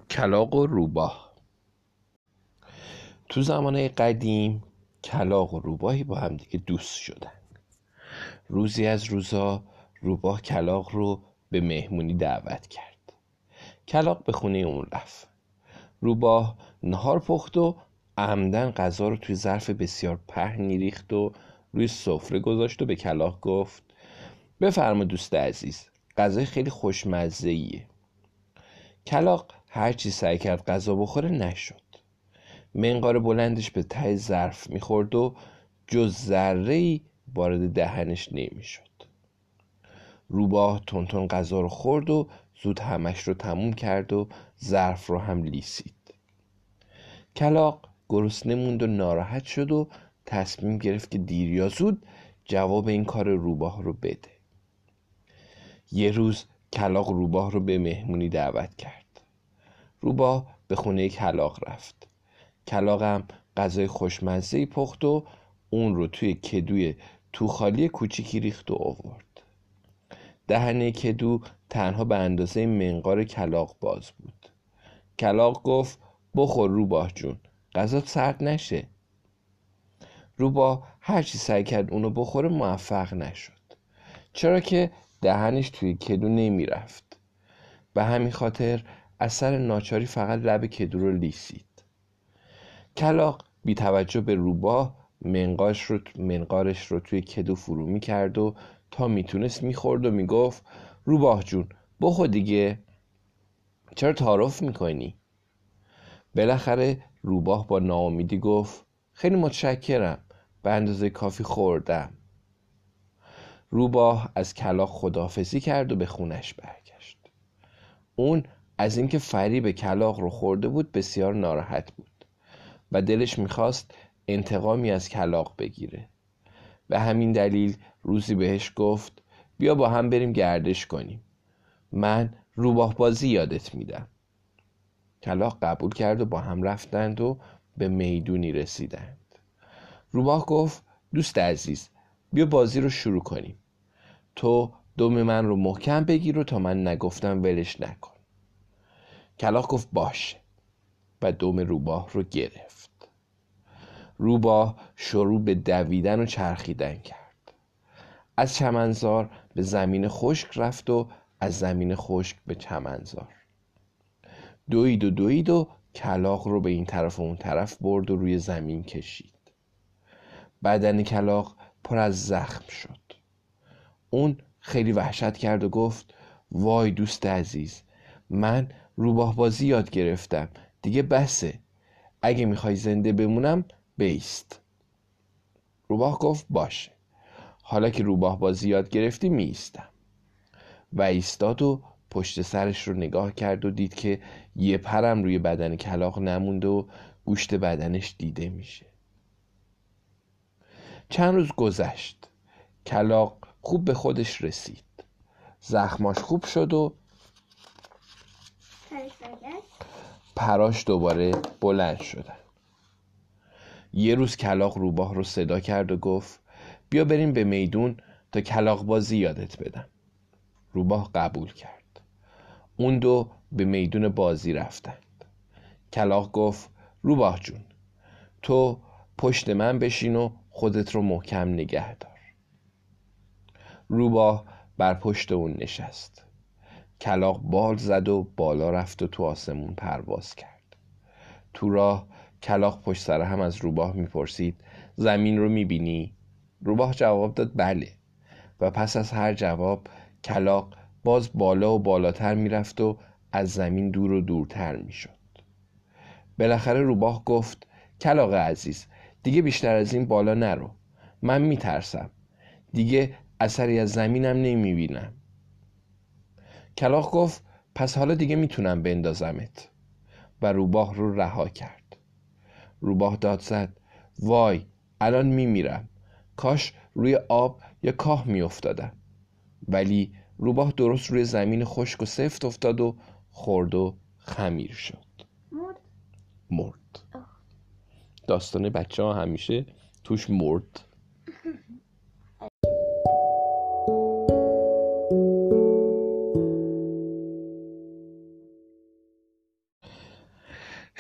کلاغ و روباه. تو زمانه قدیم کلاغ و روباهی با هم دیگه دوست شدن. روزی از روزا روباه کلاغ رو به مهمونی دعوت کرد. کلاغ به خونه اون رفت. روباه نهار پخت و عمدن غذا رو توی ظرف بسیار پهنی ریخت و روی سفره گذاشت و به کلاغ گفت بفرما دوست عزیز، غذای خیلی خوشمزه‌ایه. کلاغ هرچی سعی کرد غذا بخوره نشد. منقار بلندش به ته ظرف میخورد و جز ذره‌ای وارد دهنش نمیشد. روباه تونتون غذا رو خورد و زود همش رو تموم کرد و ظرف رو هم لیسید. کلاغ گرسنه موند و ناراحت شد و تصمیم گرفت که دیر یا زود جواب این کار روباه رو بده. یه روز کلاغ روباه رو به مهمونی دعوت کرد. روباه به خونه کلاغ رفت. کلاغ هم غذای خوشمزه‌ای پخت و اون رو توی کدوی توخالی کوچیکی ریخت و آورد. دهنه کدو تنها به اندازه منقار کلاغ باز بود. کلاغ گفت بخور روباه جون، غذا سرد نشه. روباه هرچی سعی کرد اونو بخوره موفق نشد، چرا که دهنش توی کدو نمی رفت. به همین خاطر اثر ناچاری فقط لب کدو رو لیسید. کلاغ بی توجه به روباه منقارش رو توی کدو فرو می کرد و تا میتونست میخورد و میگفت روباه جون بخور دیگه، چرا تعارف میکنی؟ بالاخره روباه با ناامیدی گفت خیلی متشکرم، به اندازه کافی خوردم. روباه از کلاغ خداحافظی کرد و به خونش برگشت. اون از اینکه فریب کلاغ رو خورده بود بسیار ناراحت بود و دلش میخواست انتقامی از کلاغ بگیره. به همین دلیل روزی بهش گفت بیا با هم بریم گردش کنیم، من روباه بازی یادت میدم. کلاغ قبول کرد و با هم رفتند و به میدونی رسیدند. روباه گفت دوست عزیز بیا بازی رو شروع کنیم، تو دم من رو محکم بگیر و تا من نگفتم ولش نکن. کلاغ گفت باشه و دم روباه رو گرفت. روباه شروع به دویدن و چرخیدن کرد. از چمنزار به زمین خشک رفت و از زمین خشک به چمنزار. دوید و کلاغ رو به این طرف و اون طرف برد و روی زمین کشید. بدن کلاغ پر از زخم شد. اون خیلی وحشت کرد و گفت وای دوست عزیز، من روباه بازی یاد گرفتم، دیگه بسه، اگه میخوای زنده بمونم بیست. روباه گفت باشه، حالا که روباه بازی یاد گرفتی میایستم. و ایستاد و پشت سرش رو نگاه کرد و دید که یه پرم روی بدن کلاغ نموند و گوشت بدنش دیده میشه. چند روز گذشت. کلاغ خوب به خودش رسید. زخماش خوب شد و پراش دوباره بلند شدن. یه روز کلاغ روباه رو صدا کرد و گفت بیا بریم به میدون تا کلاغ بازی یادت بدم. روباه قبول کرد. اون دو به میدون بازی رفتند. کلاغ گفت روباه جون تو پشت من بشین و خودت رو محکم نگه دار. روباه بر پشت اون نشست. کلاغ بال زد و بالا رفت و تو آسمون پرواز کرد. تو راه کلاغ پشت سر هم از روباه میپرسید زمین رو میبینی؟ روباه جواب داد بله و پس از هر جواب کلاغ باز بالا و بالاتر میرفت و از زمین دور و دورتر میشد. بالاخره روباه گفت کلاغ عزیز دیگه بیشتر از این بالا نرو، من میترسم، دیگه اثری از زمینم نمیبینم. کلاغ گفت پس حالا دیگه میتونم بندازمت و روباه رو رها کرد. روباه داد زد وای الان میمیرم، کاش روی آب یا کاه میافتادم. ولی روباه درست روی زمین خشک و سفت افتاد و خورد و خمیر شد. مرد. داستان بچه ها همیشه توش مرد.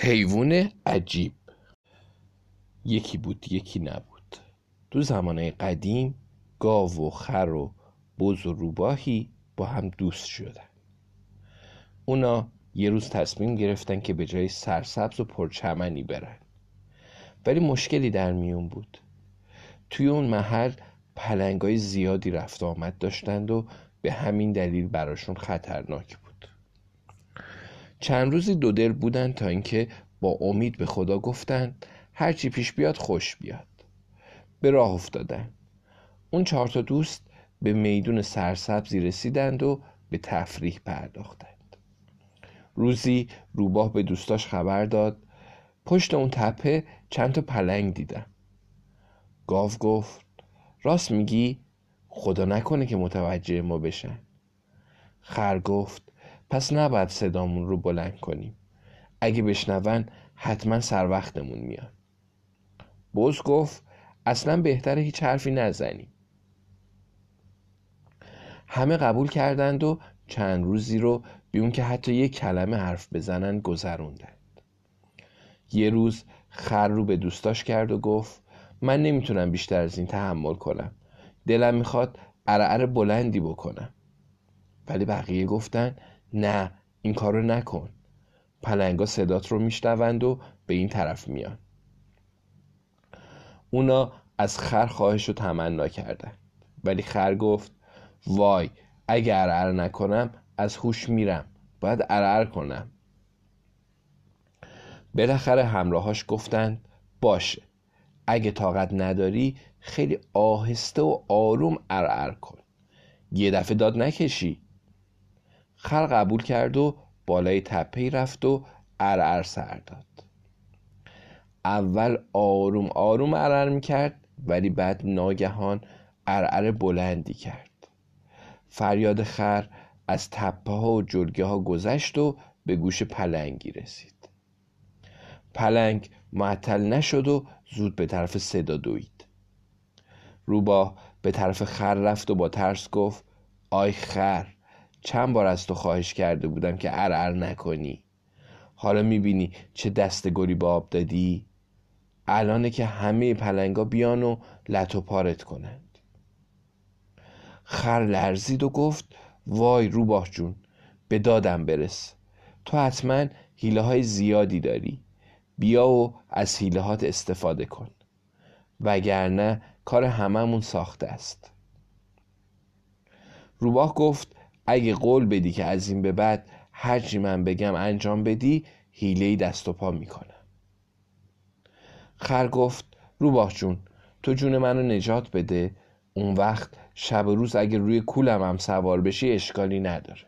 حیوان عجیب. یکی بود یکی نبود. تو زمانه قدیم گاو و خر و بز و روباهی با هم دوست شدن. اونا یه روز تصمیم گرفتن که به جای سرسبز و پرچمنی برن، ولی مشکلی در میون بود. توی اون محل پلنگای زیادی رفت آمد داشتند و به همین دلیل براشون خطرناک بود. چند روزی دو دل بودن تا اینکه با امید به خدا گفتن هرچی پیش بیاد خوش بیاد. به راه افتادن. اون 4 تا دوست به میدون سرسبزی رسیدند و به تفریح پرداختند. روزی روباه به دوستاش خبر داد پشت اون تپه چند تا پلنگ دیدم. گاو گفت راست میگی؟ خدا نکنه که متوجه ما بشن. خر گفت پس نباید صدامون رو بلند کنیم. اگه بشنون حتما سر وقتمون میان. بز گفت اصلا بهتره هیچ حرفی نزنیم. همه قبول کردند و چند روزی رو بی اون که حتی یک کلمه حرف بزنن گذروندند. یه روز خر رو به دوستاش کرد و گفت من نمیتونم بیشتر از این تحمل کنم. دلم میخواد ارعر بلندی بکنم. ولی بقیه گفتن نه این کارو نکن. پلنگا صدات رو میشنوند و به این طرف میان. اونا از خر خواهش رو تمنا کردن، ولی خر گفت وای اگه ارعر نکنم از هوش میرم، باید ارعر کنم. بالاخره همراهاش گفتن باشه، اگه طاقت نداری خیلی آهسته و آروم ارعر کن، یه دفعه داد نکشی. خر قبول کرد و بالای تپه‌ای رفت و ارعر سر داد. اول آروم آروم ارعر میکرد، ولی بعد ناگهان ارعر بلندی کرد. فریاد خر از تپه ها و جلگه ها گذشت و به گوش پلنگی رسید. پلنگ معطل نشد و زود به طرف صدا دوید. روباه به طرف خر رفت و با ترس گفت آی خر، چند بار از تو خواهش کرده بودم که ارعر نکنی. حالا میبینی چه دست گلی به آب دادی؟ الانه که همه پلنگا بیان و لت و پارت کنند. خر لرزید و گفت وای روباه جون، به دادم برس. تو حتما حیله های زیادی داری. بیا و از حیله هات استفاده کن، وگرنه کار هممون ساخته است. روباه گفت اگه قول بدی که از این به بعد هرچی من بگم انجام بدی، حیله‌ای دست و پا میکنم. خر گفت روباه جون، تو جون منو نجات بده، اون وقت شب و روز اگه روی کولم هم سوار بشی اشکالی نداره.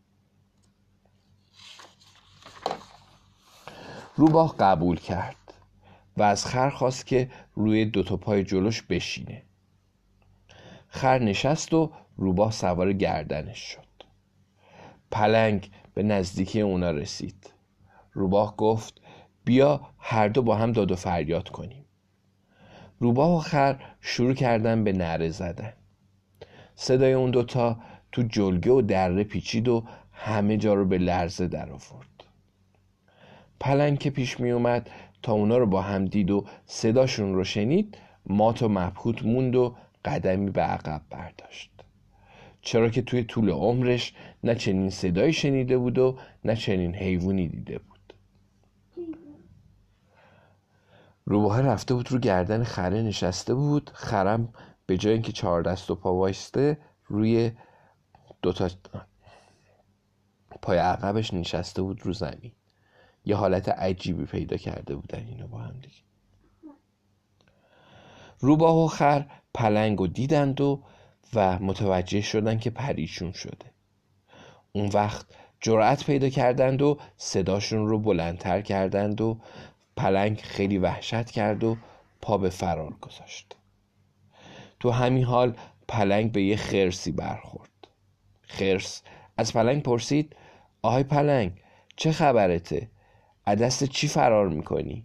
روباه قبول کرد و از خر خواست که روی 2 تا پای جلوش بشینه. خر نشست و روباه سوار گردنش شد. پلنگ به نزدیکی اونا رسید. روباه گفت بیا هر دو با هم داد و فریاد کنیم. روباه و خر شروع کردن به نعره زدن. صدای اون 2 تا تو جلگه و دره پیچید و همه جا رو به لرزه در آورد. پلنگ که پیش می اومد تا اونا رو با هم دید و صداشون رو شنید، مات و مبهوت موند و قدمی به عقب برداشت، چرا که توی طول عمرش نه چنین صدایی شنیده بود و نه چنین حیوانی دیده بود. روباه رفته بود رو گردن خره نشسته بود. خرم به جای اینکه 4 دست و پا وایسته روی 2 تا پای عقبش نشسته بود رو زمین. یه حالت عجیبی پیدا کرده بودن اینا با هم دیگه. روباه و خر پلنگو دیدند و متوجه شدن که پریشون شده. اون وقت جرأت پیدا کردند و صداشون رو بلندتر کردند و پلنگ خیلی وحشت کرد و پا به فرار گذاشت. تو همین حال پلنگ به یه خرسی برخورد. خرس از پلنگ پرسید آهای پلنگ، چه خبرته؟ از دست چی فرار میکنی؟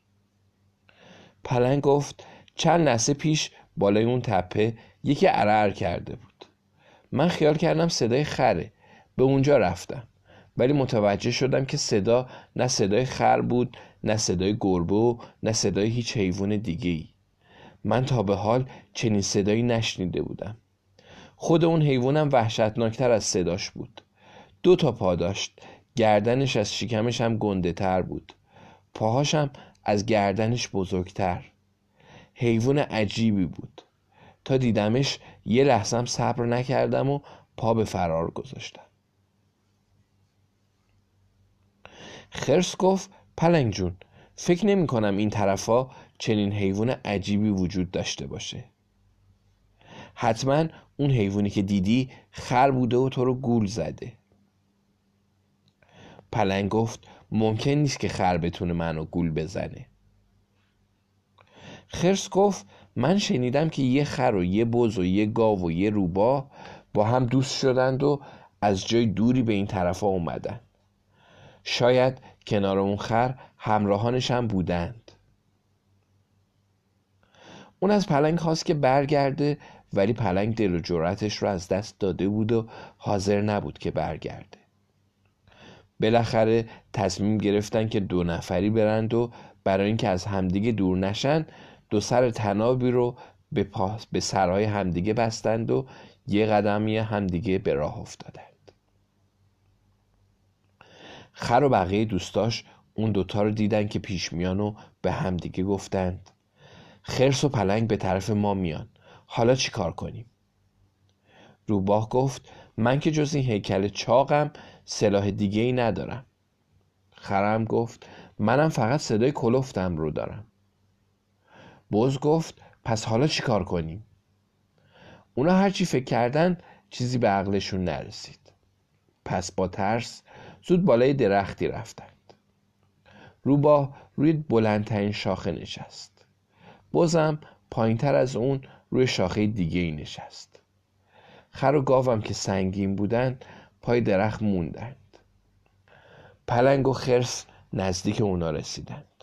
پلنگ گفت چند لحظه پیش بالای اون تپه یکی ارعر کرده بود. من خیال کردم صدای خره، به اونجا رفتم، ولی متوجه شدم که صدا نه صدای خر بود، نه صدای گربه و نه صدای هیچ حیوان دیگه‌ای. من تا به حال چنین صدایی نشنیده بودم. خود اون حیوانم وحشتناکتر از صداش بود. 2 پا داشت، گردنش از شکمش هم گنده تر بود، پاهاش هم از گردنش بزرگتر. حیوان عجیبی بود. تا دیدمش یه لحظم صبر نکردم و پا به فرار گذاشتم. خرس گفت پلنگ جون، فکر نمی کنم این طرفا چنین حیوان عجیبی وجود داشته باشه. حتما اون حیوانی که دیدی خر بوده و تو رو گول زده. پلنگ گفت ممکن نیست که خر بتونه منو گول بزنه. خرس گفت من شنیدم که یه خر و یه بز و یه گاو و یه روباه با هم دوست شدند و از جای دوری به این طرفا اومدن. شاید کنار اون خر همراهانش هم بودند. اون از پلنگ خواست که برگرده، ولی پلنگ دل و جرأتش رو از دست داده بود و حاضر نبود که برگرده. بالاخره تصمیم گرفتن که 2 نفری برند و برای اینکه از همدیگه دور نشن 2 سر طنابی رو به سرهای همدیگه بستند و یه قدمی همدیگه به راه افتادند. خر و بقیه دوستاش اون 2 رو دیدن که پیش میان و به همدیگه گفتند خرس و پلنگ به طرف ما میان، حالا چی کار کنیم؟ روباه گفت من که جز این هیکل چاقم سلاح دیگه ای ندارم. خرم گفت منم فقط صدای کلفتم رو دارم. بز گفت پس حالا چی کار کنیم؟ اونا هرچی فکر کردن چیزی به عقلشون نرسید. پس با ترس زود بالای درختی رفتند. روباه روی بلندترین شاخه نشست. بزم پایینتر از اون روی شاخه دیگه ای نشست. خر و گاوم که سنگین بودند پای درخت موندند. پلنگ و خرس نزدیک اونا رسیدند.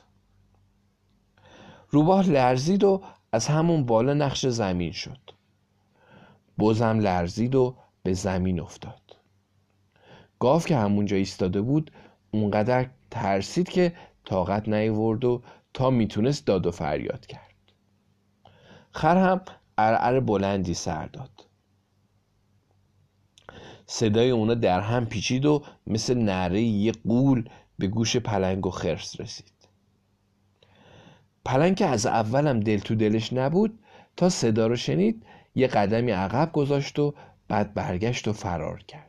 روباه لرزید و از همون بالا نقش زمین شد. بزم لرزید و به زمین افتاد. گاو که همونجا ایستاده بود اونقدر ترسید که طاقت نیاورد و تا میتونست داد و فریاد کرد. خر هم ارعر بلندی سر داد. صدای اونا در هم پیچید و مثل نعره یه غول به گوش پلنگ و خرس رسید. پلنگ که از اولم دل تو دلش نبود تا صدا رو شنید یه قدمی عقب گذاشت و بعد برگشت و فرار کرد.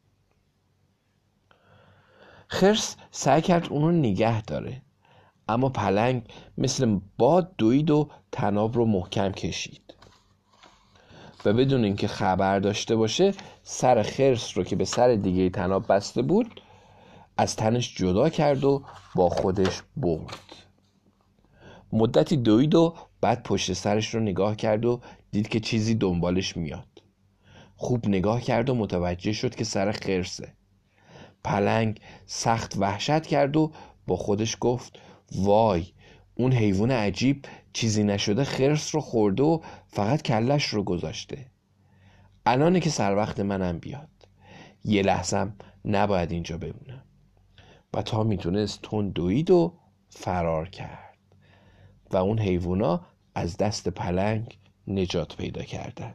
خرس سعی کرد اونو نگه داره، اما پلنگ مثل باد دوید و طناب رو محکم کشید و بدون اینکه خبر داشته باشه سر خرس رو که به سر دیگه طناب بسته بود از تنش جدا کرد و با خودش برد. مدتی دوید و بعد پشت سرش رو نگاه کرد و دید که چیزی دنبالش میاد. خوب نگاه کرد و متوجه شد که سر خرسه. پلنگ سخت وحشت کرد و با خودش گفت وای، اون حیوان عجیب چیزی نشده خرس رو خورده و فقط کلش رو گذاشته. الانه که سر وقت منم بیاد. یه لحظم نباید اینجا بمونم. و تا میتونست تند دوید و فرار کرد و اون حیوونا از دست پلنگ نجات پیدا کردند.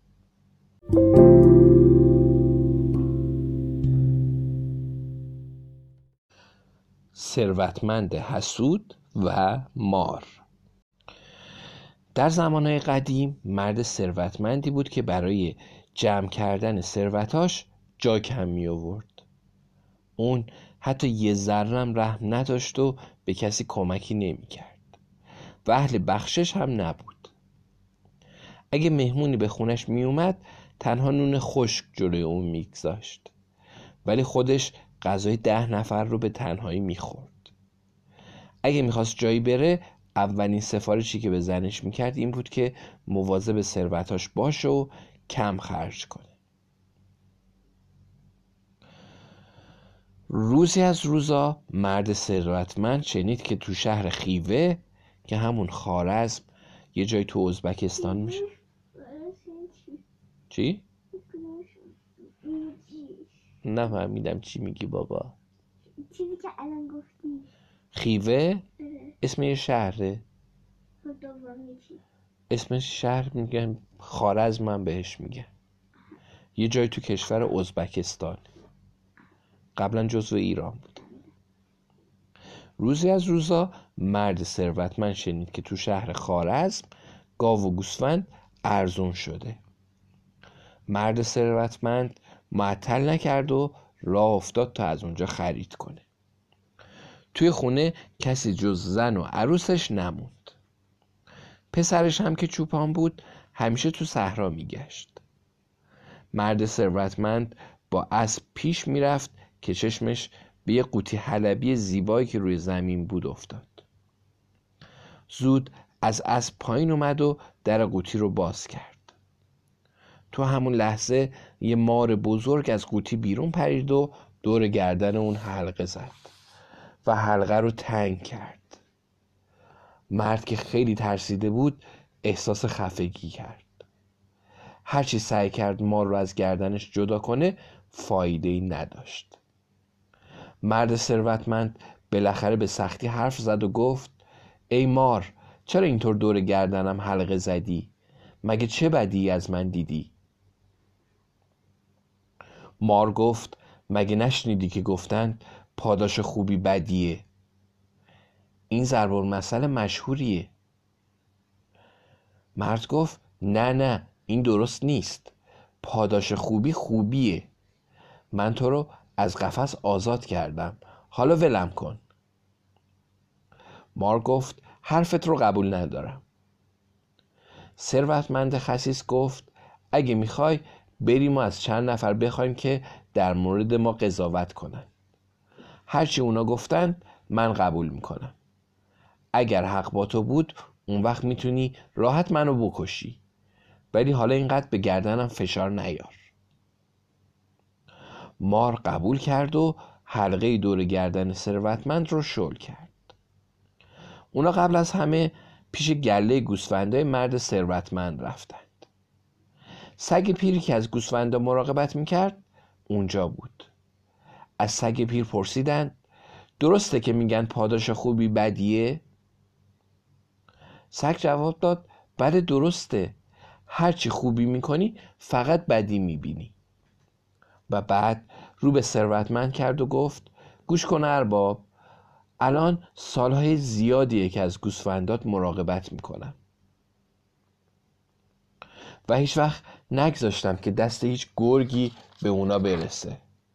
ثروتمند حسود و مار. در زمانهای قدیم مرد ثروتمندی بود که برای جمع کردن ثروتاش جا کم می آورد. اون حتی یه ذره‌ام رحم نداشت و به کسی کمکی نمی کرد و اهل بخشش هم نبود. اگه مهمونی به خونش می اومد تنها نون خشک جلوی اون میگذاشت، ولی خودش غذای 10 نفر رو به تنهایی میخورد. اگه میخواست جایی بره اولین سفارشی که به زنش میکرد این بود که مواظب ثروتاش باشه و کم خرج کنه. روزی از روزا مرد ثروتمند شنید که تو شهر خیوه که همون خوارزم یه جای تو ازبکستان میشه. چی؟ نفهمیدم چی میگی بابا. چیزی که الان گفتی. خیوه اسم یه شهره. دومی چی؟ اسم شهر میگن خوارزم، من بهش میگن. یه جای تو کشور ازبکستان، قبلا جزو ایران بود. روزی از روزا مرد ثروتمند شنید که تو شهر خوارزم گاو و گوسفند ارزون شده. مرد ثروتمند معطل نکرد و راه افتاد تا از اونجا خرید کنه. توی خونه کسی جز زن و عروسش نموند. پسرش هم که چوپان بود همیشه تو صحرا میگشت. مرد ثروتمند با اسب پیش میرفت که چشمش به یه قوطی حلبی زیبایی که روی زمین بود افتاد. زود از اسب پایین اومد و در قوطی رو باز کرد. تو همون لحظه یه مار بزرگ از قوطی بیرون پرید و دور گردن اون حلقه زد و حلقه رو تنگ کرد. مرد که خیلی ترسیده بود احساس خفگی کرد. هرچی سعی کرد مار رو از گردنش جدا کنه فایده‌ای نداشت. مرد ثروتمند بالاخره به سختی حرف زد و گفت ای مار، چرا اینطور دور گردنم حلقه زدی؟ مگه چه بدی از من دیدی؟ مار گفت مگه نشنیدی که گفتند پاداش خوبی بدیه؟ این ضرب المثل مشهوریه. مرد گفت نه این درست نیست. پاداش خوبی خوبیه. من تو رو از قفس آزاد کردم، حالا ولم کن. مار گفت حرفت رو قبول ندارم. ثروتمند خسیس گفت اگه میخوای بریم و از چند نفر بخوایم که در مورد ما قضاوت کنن. هرچی اونا گفتن من قبول میکنم. اگر حق با تو بود اون وقت میتونی راحت منو بکشی، ولی حالا اینقدر به گردنم فشار نیار. مار قبول کرد و حلقه دور گردن ثروتمند رو شل کرد. اونا قبل از همه پیش گله گوسفندای مرد ثروتمند رفتند. سگ پیری که از گوسفندا مراقبت میکرد اونجا بود. از سگ پیر پرسیدند درسته که میگن پاداش خوبی بدیه؟ سگ جواب داد بله درسته. هرچی خوبی میکنی فقط بدی میبینی. و بعد رو به ثروتمند کرد و گفت گوش کن ارباب، الان سالهای زیادیه که از گوسفندات مراقبت میکنم و هیچ وقت نگذاشتم که دست هیچ گرگی به اونا برسه.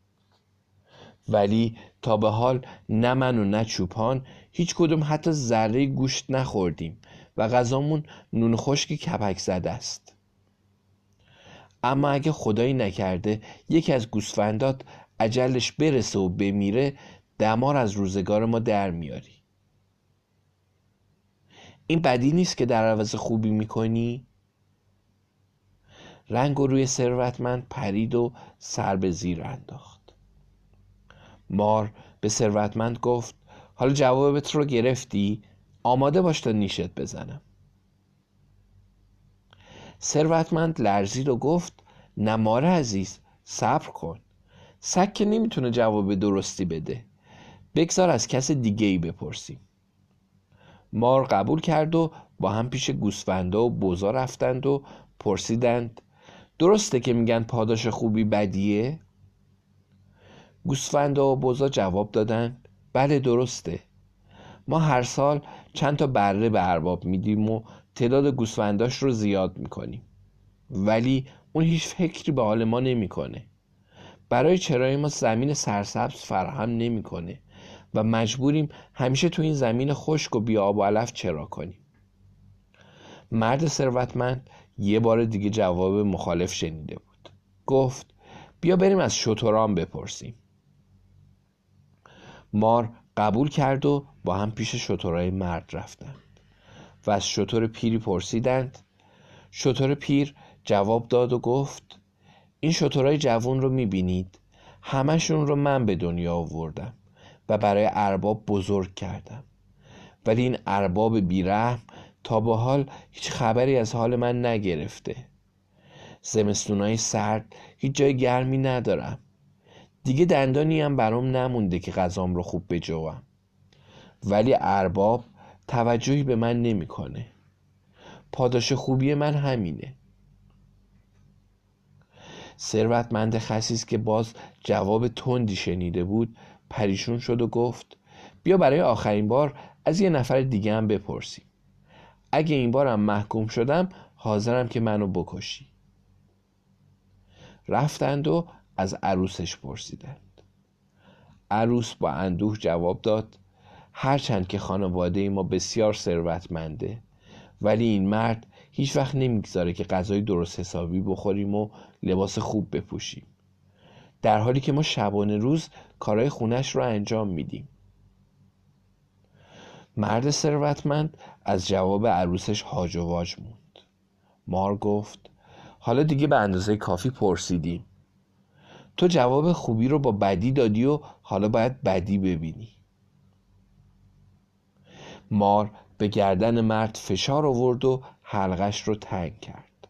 ولی تا به حال نه من و نه چوپان هیچ کدوم حتی ذره گوشت نخوردیم و غذامون نون خشک کپک زده است. اما اگه خدایی نکرده یکی از گوسفندات اجلش برسه و بمیره، دمار از روزگار ما در میاری. این بدی نیست که در عوض خوبی میکنی؟ رنگ و روی ثروتمند پرید و سر به زیر انداخت. مار به ثروتمند گفت حالا جوابت رو گرفتی؟ آماده باش تا نیشت بزنم. ثروتمند لرزید و گفت نه مار عزیز، صبر کن. سگ که نمیتونه جواب درستی بده. بگذار از کس دیگه ای بپرسیم. مار قبول کرد و با هم پیش گوسفندا و بزا رفتند و پرسیدند درسته که میگن پاداش خوبی بدیه؟ گوسفندا و بزا جواب دادند بله درسته. ما هر سال چند تا بره به ارباب میدیم و تعداد گوسفنداش رو زیاد میکنیم، ولی اون هیچ فکری به حال ما نمیکنه. برای چرای ما زمین سرسبز فراهم نمیکنه و مجبوریم همیشه تو این زمین خشک و بی آب و علف چرا کنیم. مرد ثروتمند یه بار دیگه جواب مخالف شنیده بود. گفت بیا بریم از شتران بپرسیم. مار قبول کرد و با هم پیش شترای مرد رفتند و از شتر پیری پرسیدند. شتر پیر جواب داد و گفت این شترای جوان رو میبینید؟ همشون رو من به دنیا آوردم و برای ارباب بزرگ کردم، ولی این ارباب بیرحم تا به حال هیچ خبری از حال من نگرفته. زمستونای سرد هیچ جای گرمی ندارم. دیگه دندانی هم برام نمونده که غذام رو خوب بجوام. ولی ارباب توجهی به من نمیکنه. پاداش خوبی من همینه. ثروتمند خسیس که باز جواب تندی شنیده بود پریشون شد و گفت بیا برای آخرین بار از یه نفر دیگه هم بپرسیم. اگه این بارم محکوم شدم حاضرم که منو بکشی. رفتند و از عروسش پرسیدند. عروس با اندوه جواب داد هرچند که خانواده ما بسیار ثروتمنده ولی این مرد هیچ وقت نمیگذاره که غذای درست حسابی بخوریم و لباس خوب بپوشیم، در حالی که ما شبانه روز کارهای خونش رو انجام میدیم. مرد ثروتمند از جواب عروسش هاج و واج موند. مار گفت حالا دیگه به اندازه کافی پرسیدیم. تو جواب خوبی رو با بدی دادی و حالا باید بدی ببینی. مار به گردن مرد فشار آورد و حلقش رو تنگ کرد.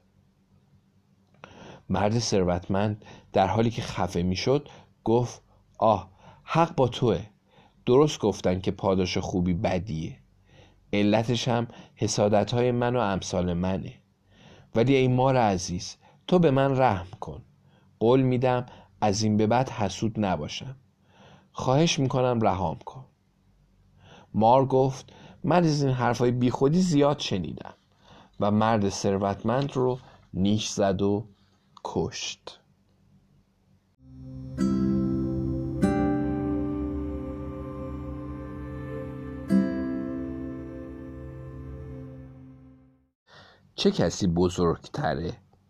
مرد ثروتمند در حالی که خفه میشد گفت آه حق با توه. درست گفتن که پاداش خوبی بدیه. علتش هم حسادت‌های من و امثال منه. ولی ای مار عزیز تو به من رحم کن. قول میدم از این به بعد حسود نباشم. خواهش میکنم رهام کن. مار گفت من از این حرفای بی خودی زیاد شنیدم و مرد ثروتمند رو نیش زد و کشت. چه کسی بزرگتره؟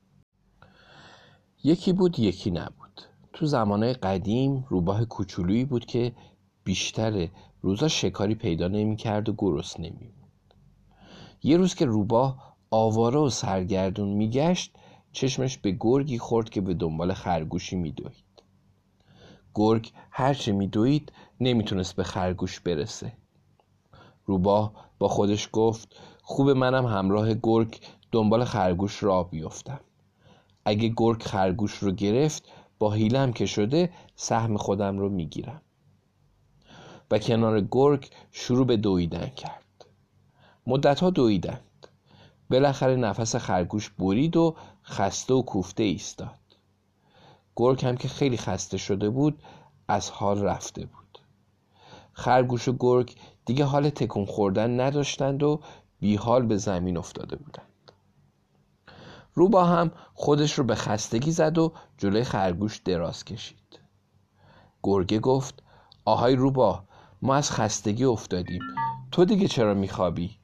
یکی بود یکی نبود. تو زمانه قدیم روباه کوچولویی بود که بیشتر روزا شکاری پیدا نمی کرد و گرسنه نمی بود. یه روز که روباه آواره و سرگردون می گشت چشمش به گرگی خورد که به دنبال خرگوشی می دوید. گرگ هرچه می دوید نمی تونست به خرگوش برسه. روباه با خودش گفت خوب منم همراه گرگ دنبال خرگوش راه بیفتم. اگه گرگ خرگوش رو گرفت با حیله‌ام که شده سهم خودم رو میگیرم. و کنار گرگ شروع به دویدن کرد. مدت‌ها دویدند. بالاخره نفس خرگوش برید و خسته و کوفته ایستاد. گرگ هم که خیلی خسته شده بود از حال رفته بود. خرگوش و گرگ دیگه حال تکون خوردن نداشتند و بی حال به زمین افتاده بودند. روباه هم خودش رو به خستگی زد و جلوی خرگوش دراز کشید. گرگه گفت آهای روباه ما از خستگی افتادیم، تو دیگه چرا میخوابی؟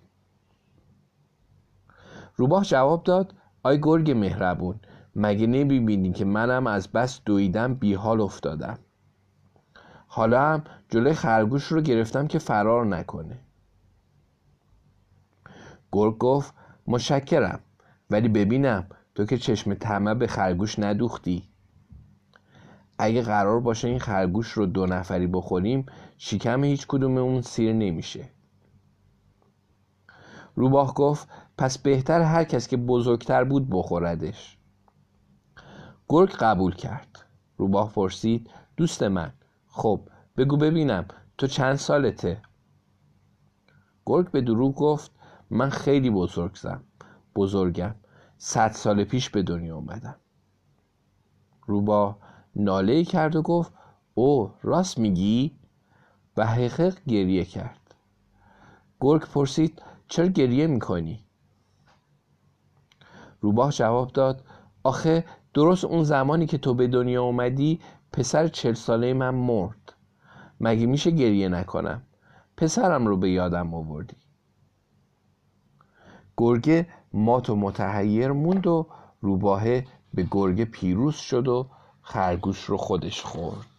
روباه جواب داد آی گرگ مهربون مگه نمیبینی که منم از بس دویدم بی حال افتادم. حالا هم جلوی خرگوش رو گرفتم که فرار نکنه. گرگ گفت متشکرم ولی ببینم تو که چشم طمع به خرگوش ندوختی. اگه قرار باشه این خرگوش رو 2 نفری بخوریم شکم هیچ کدوممون سیر نمیشه. روباه گفت پس بهتر هر کس که بزرگتر بود بخوردش. گرگ قبول کرد. روباه پرسید دوست من خب بگو ببینم تو چند سالته؟ گرگ به دروغ گفت من خیلی بزرگم 100 سال پیش به دنیا اومدم. روباه ناله‌ای کرد و گفت او راست میگی؟ و حقیقت گریه کرد. گرگ پرسید چرا گریه میکنی؟ روباه جواب داد آخه درست اون زمانی که تو به دنیا اومدی پسر 40 ساله من مرد. مگه میشه گریه نکنم؟ پسرم رو به یادم آوردی. گرگه مات و متحیر موند و روباه به گرگه پیروز شد و خرگوش رو خودش خورد.